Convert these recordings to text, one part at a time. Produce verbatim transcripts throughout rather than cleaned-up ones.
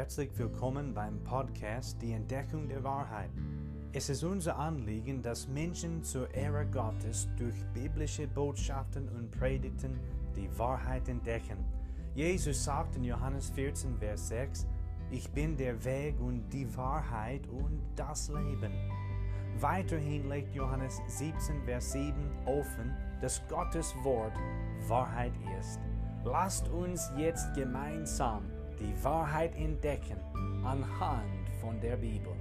Herzlich willkommen beim Podcast Die Entdeckung der Wahrheit. Es ist unser Anliegen, dass Menschen zur Ehre Gottes durch biblische Botschaften und Predigten die Wahrheit entdecken. Jesus sagt in Johannes vierzehn, Vers sechs, ich bin der Weg und die Wahrheit und das Leben. Weiterhin legt Johannes siebzehn, Vers sieben offen, dass Gottes Wort Wahrheit ist. Lasst uns jetzt gemeinsam die Wahrheit entdecken anhand von der Bibel.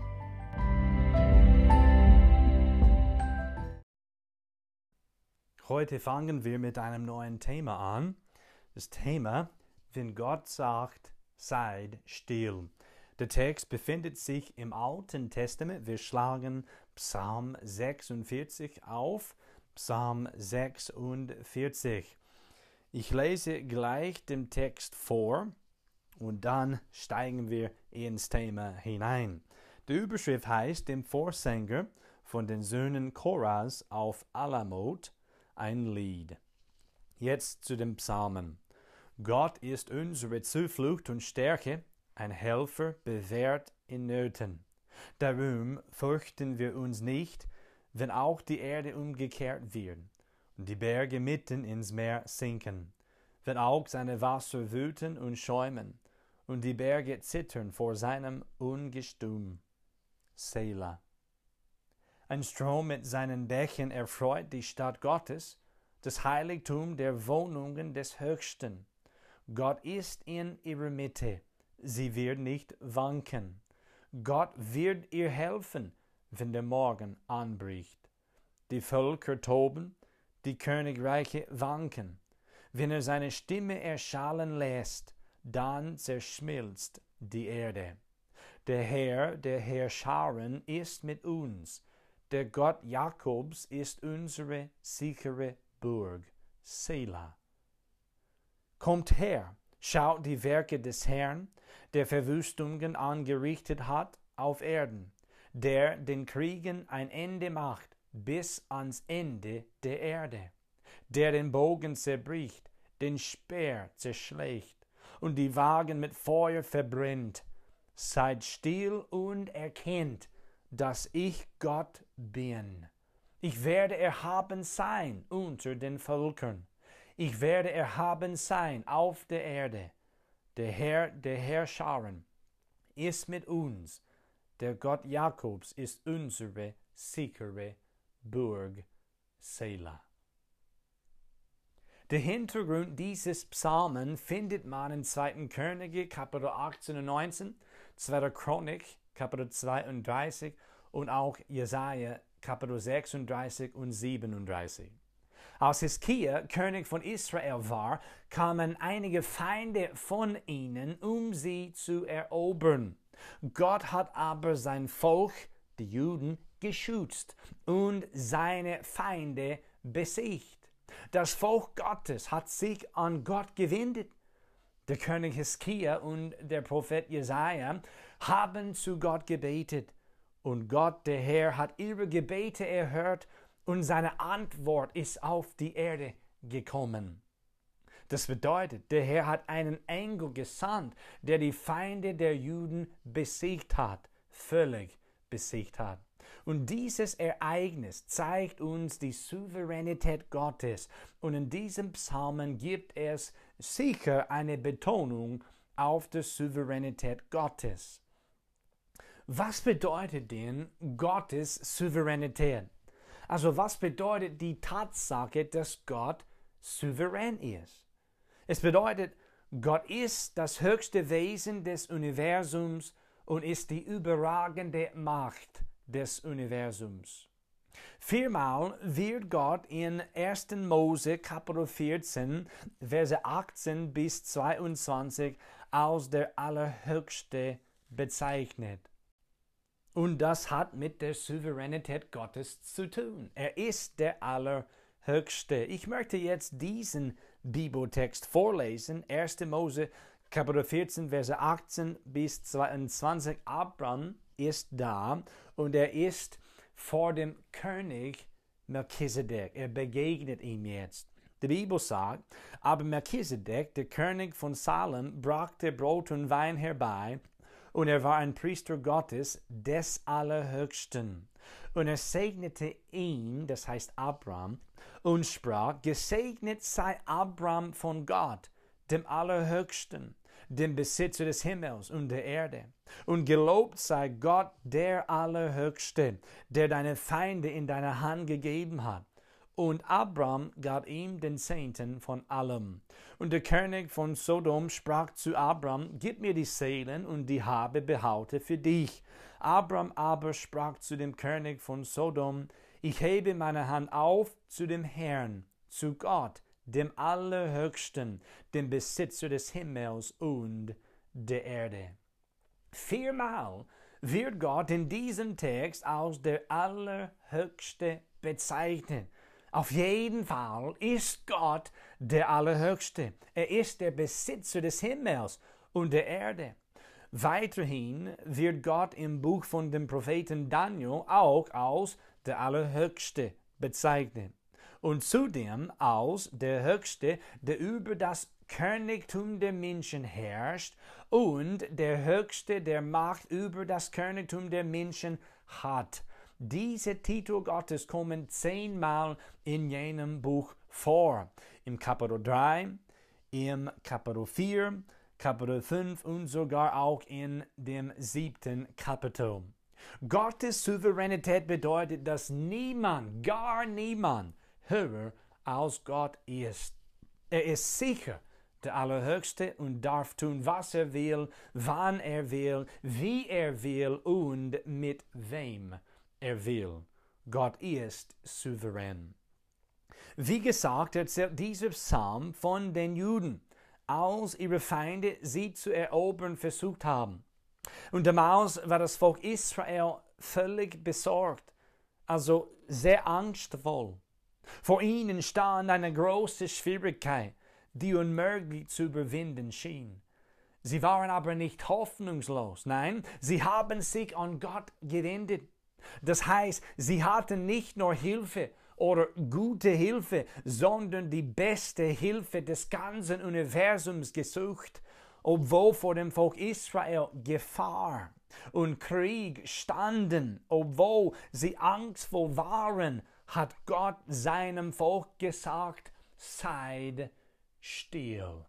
Heute fangen wir mit einem neuen Thema an. Das Thema, wenn Gott sagt, seid still. Der Text befindet sich im Alten Testament. Wir schlagen Psalm sechsundvierzig auf. Psalm sechsundvierzig. Ich lese gleich den Text vor und dann steigen wir ins Thema hinein. Die Überschrift heißt, dem Vorsänger von den Söhnen Koras auf Alamot ein Lied. Jetzt zu den Psalmen. Gott ist unsere Zuflucht und Stärke, ein Helfer bewährt in Nöten. Darum fürchten wir uns nicht, wenn auch die Erde umgekehrt wird und die Berge mitten ins Meer sinken, wenn auch seine Wasser wüten und schäumen und die Berge zittern vor seinem Ungestüm. Selah. Ein Strom mit seinen Bächen erfreut die Stadt Gottes, das Heiligtum der Wohnungen des Höchsten. Gott ist in ihrer Mitte, sie wird nicht wanken. Gott wird ihr helfen, wenn der Morgen anbricht. Die Völker toben, die Königreiche wanken. Wenn er seine Stimme erschallen lässt, dann zerschmilzt die Erde. Der Herr, der Herr Scharen, ist mit uns. Der Gott Jakobs ist unsere sichere Burg. Selah. Kommt her, schaut die Werke des Herrn, der Verwüstungen angerichtet hat auf Erden, der den Kriegen ein Ende macht bis ans Ende der Erde, der den Bogen zerbricht, den Speer zerschlägt und die Wagen mit Feuer verbrennt. Seid still und erkennt, dass ich Gott bin. Ich werde erhaben sein unter den Völkern. Ich werde erhaben sein auf der Erde. Der Herr, der Herr Scharen, ist mit uns. Der Gott Jakobs ist unsere sichere Burg. Selah. Der Hintergrund dieses Psalmen findet man in zweiten Könige, Kapitel achtzehn und neunzehn, zweiter Chronik, Kapitel zweiunddreißig und auch Jesaja, Kapitel sechsunddreißig und siebenunddreißig. Als Hiskia König von Israel war, kamen einige Feinde von ihnen, um sie zu erobern. Gott hat aber sein Volk, die Juden, geschützt und seine Feinde besiegt. Das Volk Gottes hat sich an Gott gewendet. Der König Hiskia und der Prophet Jesaja haben zu Gott gebetet. Und Gott, der Herr, hat ihre Gebete erhört und seine Antwort ist auf die Erde gekommen. Das bedeutet, der Herr hat einen Engel gesandt, der die Feinde der Juden besiegt hat, völlig besiegt hat. Und dieses Ereignis zeigt uns die Souveränität Gottes. Und in diesem Psalmen gibt es sicher eine Betonung auf die Souveränität Gottes. Was bedeutet denn Gottes Souveränität? Also was bedeutet die Tatsache, dass Gott souverän ist? Es bedeutet, Gott ist das höchste Wesen des Universums und ist die überragende Macht des Universums. Viermal wird Gott in ersten Mose Kapitel vierzehn, Verse achtzehn bis zweiundzwanzig als der Allerhöchste bezeichnet. Und das hat mit der Souveränität Gottes zu tun. Er ist der Allerhöchste. Ich möchte jetzt diesen Bibeltext vorlesen. ersten Mose Kapitel vierzehn, Verse achtzehn bis zweiundzwanzig. Abraham ist da und er ist vor dem König Melchisedek. Er begegnet ihm jetzt. Die Bibel sagt, aber Melchisedek, der König von Salem, brachte Brot und Wein herbei, und er war ein Priester Gottes des Allerhöchsten. Und er segnete ihn, das heißt Abraham, und sprach, gesegnet sei Abraham von Gott, dem Allerhöchsten, dem Besitzer des Himmels und der Erde. Und gelobt sei Gott, der Allerhöchste, der deine Feinde in deine Hand gegeben hat. Und Abraham gab ihm den Zehnten von allem. Und der König von Sodom sprach zu Abraham, gib mir die Seelen und die Habe behalte für dich. Abraham aber sprach zu dem König von Sodom, ich hebe meine Hand auf zu dem Herrn, zu Gott, dem Allerhöchsten, dem Besitzer des Himmels und der Erde. Viermal wird Gott in diesem Text als der Allerhöchste bezeichnet. Auf jeden Fall ist Gott der Allerhöchste. Er ist der Besitzer des Himmels und der Erde. Weiterhin wird Gott im Buch von dem Propheten Daniel auch als der Allerhöchste bezeichnet. Und zudem als der Höchste, der über das Königtum der Menschen herrscht und der Höchste, der Macht über das Königtum der Menschen hat. Diese Titel Gottes kommen zehnmal in jenem Buch vor. Im Kapitel drei, im Kapitel vier, Kapitel fünf und sogar auch in dem siebten Kapitel. Gottes Souveränität bedeutet, dass niemand, gar niemand, höher als Gott ist. Er ist sicher der Allerhöchste und darf tun, was er will, wann er will, wie er will und mit wem er will. Gott ist souverän. Wie gesagt, erzählt dieser Psalm von den Juden, als ihre Feinde sie zu erobern versucht haben. Und damals war das Volk Israel völlig besorgt, also sehr angstvoll. Vor ihnen stand eine große Schwierigkeit, die unmöglich zu überwinden schien. Sie waren aber nicht hoffnungslos, nein, sie haben sich an Gott gewendet. Das heißt, sie hatten nicht nur Hilfe oder gute Hilfe, sondern die beste Hilfe des ganzen Universums gesucht. Obwohl vor dem Volk Israel Gefahr und Krieg standen, obwohl sie angstvoll waren, hat Gott seinem Volk gesagt, seid still.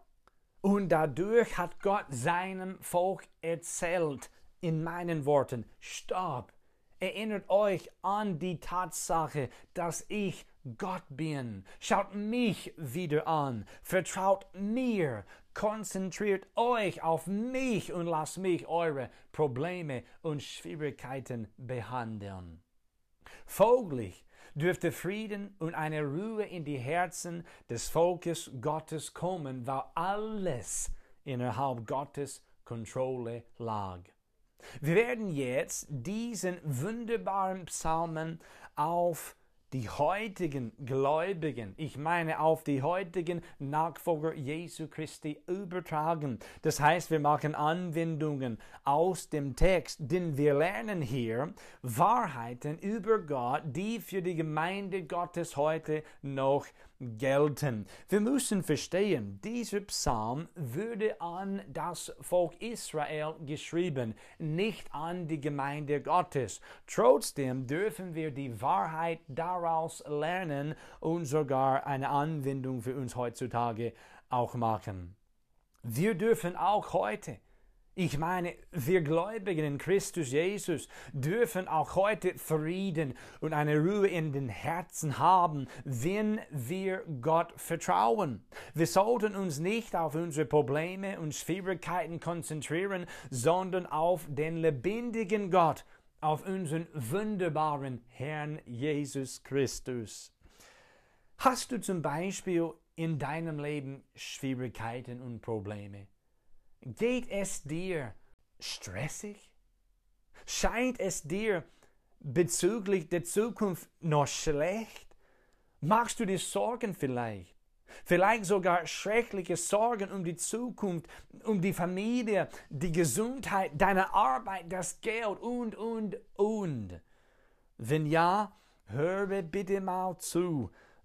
Und dadurch hat Gott seinem Volk erzählt, in meinen Worten, stopp. Erinnert euch an die Tatsache, dass ich Gott bin. Schaut mich wieder an. Vertraut mir. Konzentriert euch auf mich und lasst mich eure Probleme und Schwierigkeiten behandeln. Folglich dürfte Frieden und eine Ruhe in die Herzen des Volkes Gottes kommen, weil alles innerhalb Gottes Kontrolle lag. Wir werden jetzt diesen wunderbaren Psalmen auf die heutigen Gläubigen, ich meine auf die heutigen Nachfolger Jesu Christi übertragen. Das heißt, wir machen Anwendungen aus dem Text, denn wir lernen hier Wahrheiten über Gott, die für die Gemeinde Gottes heute noch gelten. Wir müssen verstehen, dieser Psalm würde an das Volk Israel geschrieben, nicht an die Gemeinde Gottes. Trotzdem dürfen wir die Wahrheit daraus lernen und sogar eine Anwendung für uns heutzutage auch machen. Wir dürfen auch heute, ich meine, wir Gläubigen in Christus Jesus dürfen auch heute Frieden und eine Ruhe in den Herzen haben, wenn wir Gott vertrauen. Wir sollten uns nicht auf unsere Probleme und Schwierigkeiten konzentrieren, sondern auf den lebendigen Gott, auf unseren wunderbaren Herrn Jesus Christus. Hast du zum Beispiel in deinem Leben Schwierigkeiten und Probleme? Geht es dir stressig? Scheint es dir bezüglich der Zukunft noch schlecht? Machst du dir Sorgen vielleicht? Vielleicht sogar schreckliche Sorgen um die Zukunft, um die Familie, die Gesundheit, deine Arbeit, das Geld und, und, und. Wenn ja, höre bitte mal zu,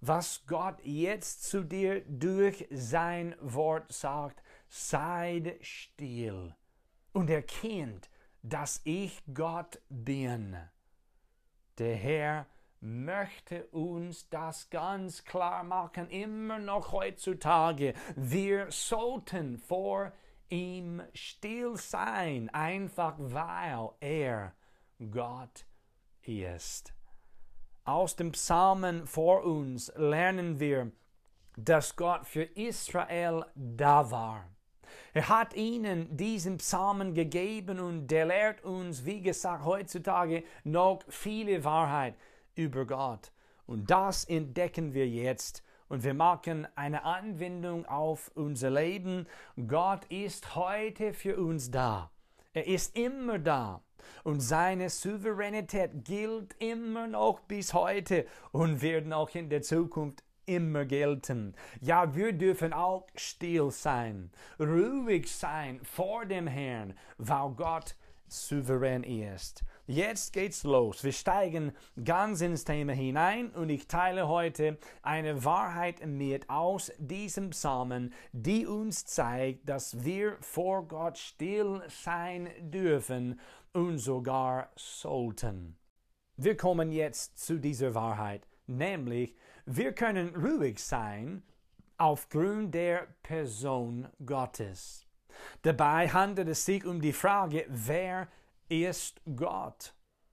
was Gott jetzt zu dir durch sein Wort sagt. Seid still und erkennt, dass ich Gott bin. Der Herr möchte uns das ganz klar machen, immer noch heutzutage. Wir sollten vor ihm still sein, einfach weil er Gott ist. Aus dem Psalmen vor uns lernen wir, dass Gott für Israel da war. Er hat ihnen diesen Psalmen gegeben und der lehrt uns, wie gesagt, heutzutage noch viele Wahrheit über Gott. Und das entdecken wir jetzt und wir machen eine Anwendung auf unser Leben. Gott ist heute für uns da. Er ist immer da. Und seine Souveränität gilt immer noch bis heute und wird auch in der Zukunft immer gelten. Ja, wir dürfen auch still sein, ruhig sein vor dem Herrn, weil Gott souverän ist. Jetzt geht's los. Wir steigen ganz ins Thema hinein und ich teile heute eine Wahrheit mit aus diesem Psalmen, die uns zeigt, dass wir vor Gott still sein dürfen und sogar sollten. Wir kommen jetzt zu dieser Wahrheit, nämlich wir können ruhig sein aufgrund der Person Gottes. Dabei handelt es sich um die Frage, wer ist Gott?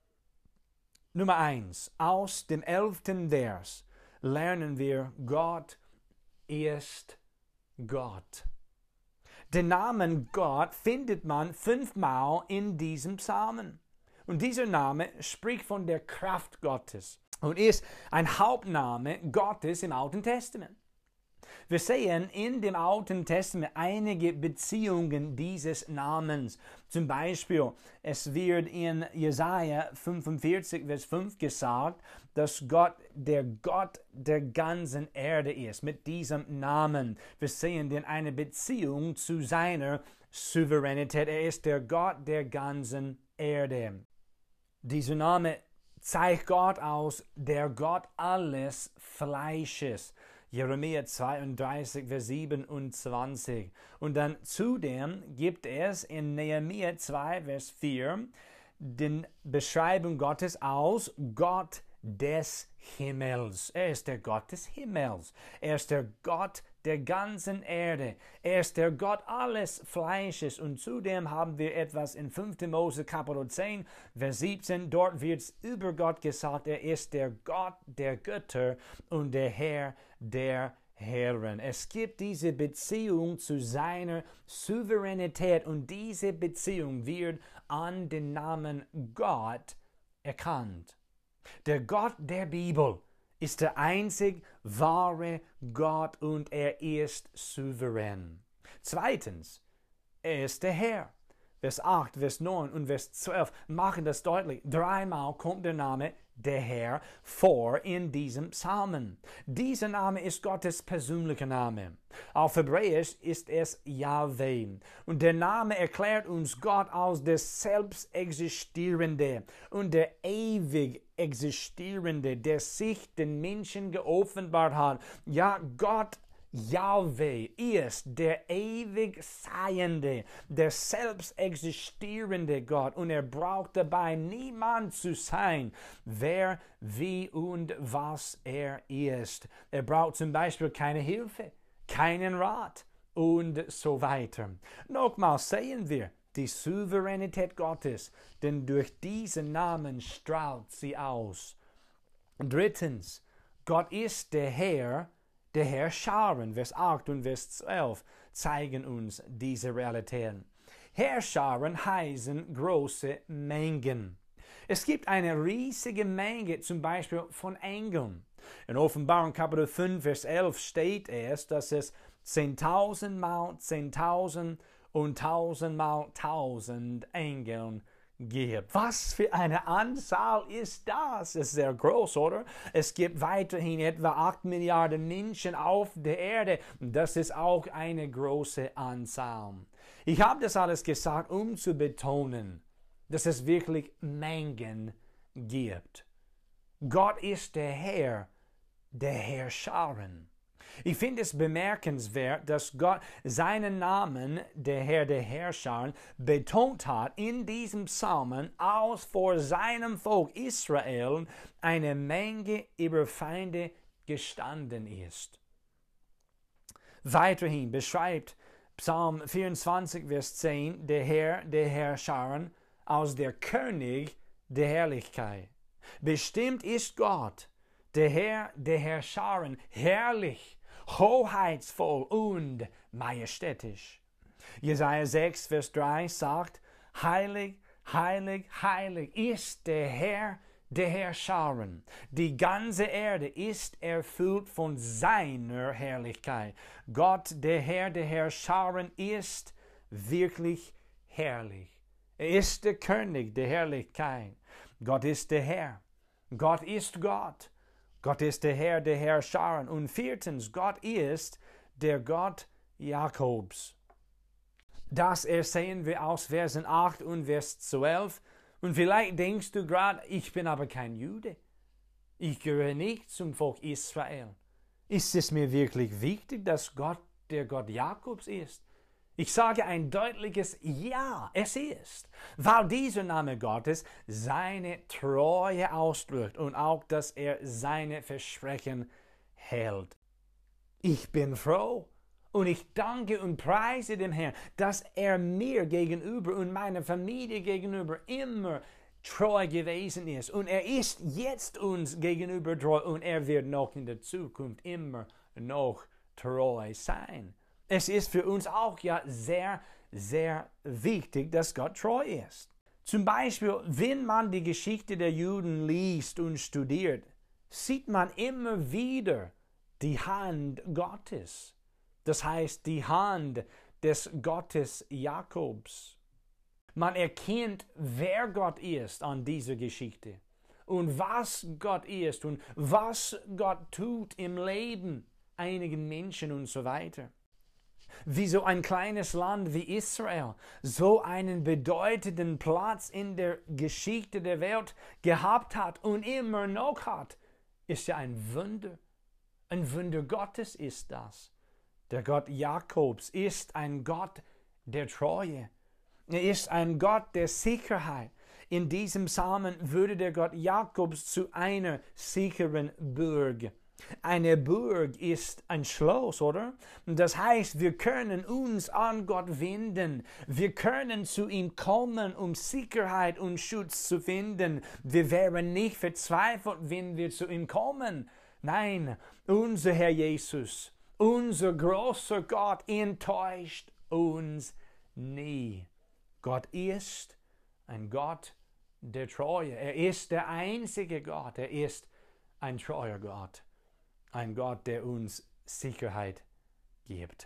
Nummer eins. Aus dem elften Vers lernen wir, Gott ist Gott. Den Namen Gott findet man fünfmal in diesem Psalmen. Und dieser Name spricht von der Kraft Gottes und ist ein Hauptname Gottes im Alten Testament. Wir sehen in dem Alten Testament einige Beziehungen dieses Namens. Zum Beispiel, es wird in Jesaja fünfundvierzig, Vers fünf gesagt, dass Gott der Gott der ganzen Erde ist, mit diesem Namen. Wir sehen denn eine Beziehung zu seiner Souveränität. Er ist der Gott der ganzen Erde. Dieser Name zeigt Gott aus, der Gott alles Fleisches. Jeremia zweiunddreißig, Vers siebenundzwanzig. Und dann zudem gibt es in Nehemia zwei, Vers vier die Beschreibung Gottes aus Gott des Himmels. Er ist der Gott des Himmels. Er ist der Gott der ganzen Erde. Er ist der Gott alles Fleisches. Und zudem haben wir etwas in fünfter Mose Kapitel zehn, Vers siebzehn. Dort wird über Gott gesagt, er ist der Gott der Götter und der Herr der Herren. Es gibt diese Beziehung zu seiner Souveränität und diese Beziehung wird an den Namen Gott erkannt. Der Gott der Bibel ist der einzig wahre Gott und er ist souverän. Zweitens, er ist der Herr. Vers acht, Vers neun und Vers zwölf machen das deutlich. Dreimal kommt der Name der Herr vor in diesem Psalmen. Dieser Name ist Gottes persönlicher Name. Auf Hebräisch ist es Yahweh. Und der Name erklärt uns Gott als der Selbstexistierende und der ewig Existierende, der sich den Menschen geoffenbart hat. Ja, Gott Yahweh ist der ewig Seiende, der selbst existierende Gott und er braucht dabei niemand zu sein, wer, wie und was er ist. Er braucht zum Beispiel keine Hilfe, keinen Rat und so weiter. Nochmals sehen wir die Souveränität Gottes, denn durch diesen Namen strahlt sie aus. Drittens, Gott ist der Herr, der Herrscharen, Vers acht und Vers zwölf, zeigen uns diese Realitäten. Herrscharen heißen große Mengen. Es gibt eine riesige Menge, zum Beispiel von Engeln. In Offenbarung Kapitel fünf, Vers elf steht es, dass es zehntausend mal zehntausend und tausend mal tausend Engeln gibt. Was für eine Anzahl ist das? Es ist sehr groß, oder? Es gibt weiterhin etwa acht Milliarden Menschen auf der Erde. Das ist auch eine große Anzahl. Ich habe das alles gesagt, um zu betonen, dass es wirklich Mengen gibt. Gott ist der Herr der Herrscharen. Ich finde es bemerkenswert, dass Gott seinen Namen, der Herr der Herrscher, betont hat in diesem Psalmen, als vor seinem Volk Israel eine Menge über Feinde gestanden ist. Weiterhin beschreibt Psalm vierundzwanzig, Vers zehn, der Herr der Herrscher als der König der Herrlichkeit. Bestimmt ist Gott, der Herr der Herrscharen, herrlich, hoheitsvoll und majestätisch. Jesaja sechs, Vers drei sagt, heilig, heilig, heilig ist der Herr der Herrscharen. Die ganze Erde ist erfüllt von seiner Herrlichkeit. Gott, der Herr der Herrscharen, ist wirklich herrlich. Er ist der König der Herrlichkeit. Gott ist der Herr. Gott ist Gott. Gott ist der Herr der Herrscharen. Und viertens, Gott ist der Gott Jakobs. Das ersehen wir aus Versen acht und Vers zwölf. Und vielleicht denkst du gerade, ich bin aber kein Jude. Ich gehöre nicht zum Volk Israel. Ist es mir wirklich wichtig, dass Gott der Gott Jakobs ist? Ich sage ein deutliches Ja, es ist, weil dieser Name Gottes seine Treue ausdrückt und auch, dass er seine Versprechen hält. Ich bin froh und ich danke und preise dem Herrn, dass er mir gegenüber und meiner Familie gegenüber immer treu gewesen ist. Und er ist jetzt uns gegenüber treu und er wird noch in der Zukunft immer noch treu sein. Es ist für uns auch ja sehr, sehr wichtig, dass Gott treu ist. Zum Beispiel, wenn man die Geschichte der Juden liest und studiert, sieht man immer wieder die Hand Gottes. Das heißt, die Hand des Gottes Jakobs. Man erkennt, wer Gott ist an dieser Geschichte und was Gott ist und was Gott tut im Leben einigen Menschen und so weiter. Wie so ein kleines Land wie Israel so einen bedeutenden Platz in der Geschichte der Welt gehabt hat und immer noch hat, ist ja ein Wunder. Ein Wunder Gottes ist das. Der Gott Jakobs ist ein Gott der Treue. Er ist ein Gott der Sicherheit. In diesem Psalmen würde der Gott Jakobs zu einer sicheren Burg. Eine Burg ist ein Schloss, oder? Das heißt, wir können uns an Gott wenden. Wir können zu ihm kommen, um Sicherheit und Schutz zu finden. Wir wären nicht verzweifelt, wenn wir zu ihm kommen. Nein, unser Herr Jesus, unser großer Gott, enttäuscht uns nie. Gott ist ein Gott der Treue. Er ist der einzige Gott. Er ist ein treuer Gott. Ein Gott, der uns Sicherheit gibt.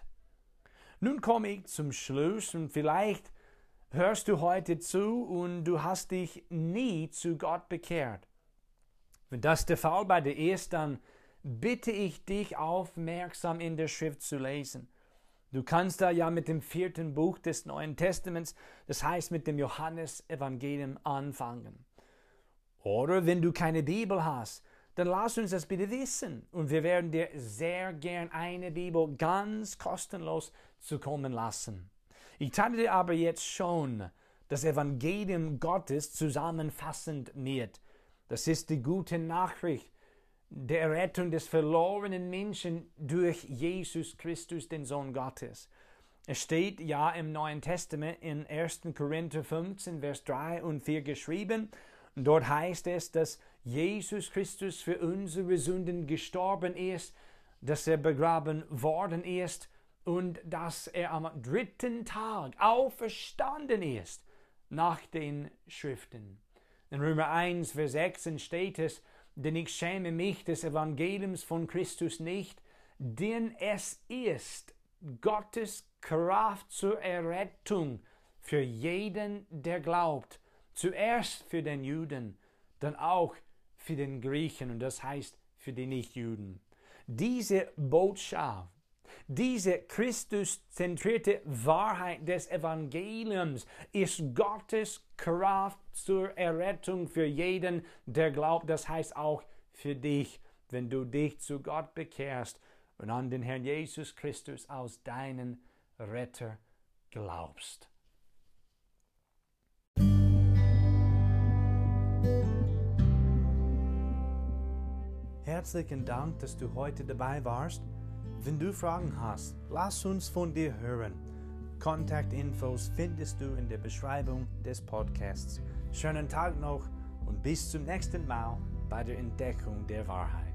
Nun komme ich zum Schluss und vielleicht hörst du heute zu und du hast dich nie zu Gott bekehrt. Wenn das der Fall bei dir ist, dann bitte ich dich aufmerksam in der Schrift zu lesen. Du kannst da ja mit dem vierten Buch des Neuen Testaments, das heißt mit dem Johannesevangelium anfangen. Oder wenn du keine Bibel hast, dann lass uns das bitte wissen und wir werden dir sehr gern eine Bibel ganz kostenlos zukommen lassen. Ich teile dir aber jetzt schon das Evangelium Gottes zusammenfassend mit. Das ist die gute Nachricht der Errettung des verlorenen Menschen durch Jesus Christus, den Sohn Gottes. Es steht ja im Neuen Testament in erster Korinther fünfzehn, Vers drei und vier geschrieben. Und dort heißt es, dass Jesus Christus für unsere Sünden gestorben ist, dass er begraben worden ist und dass er am dritten Tag auferstanden ist nach den Schriften. In Römer eins, Vers sechs steht es, denn ich schäme mich des Evangeliums von Christus nicht, denn es ist Gottes Kraft zur Errettung für jeden, der glaubt. Zuerst für den Juden, dann auch für den Griechen, und das heißt für die Nichtjuden. Diese Botschaft, diese Christuszentrierte Wahrheit des Evangeliums ist Gottes Kraft zur Errettung für jeden, der glaubt, das heißt auch für dich, wenn du dich zu Gott bekehrst und an den Herrn Jesus Christus als deinen Retter glaubst. Herzlichen Dank, dass du heute dabei warst. Wenn du Fragen hast, lass uns von dir hören. Kontaktinfos findest du in der Beschreibung des Podcasts. Schönen Tag noch und bis zum nächsten Mal bei der Entdeckung der Wahrheit.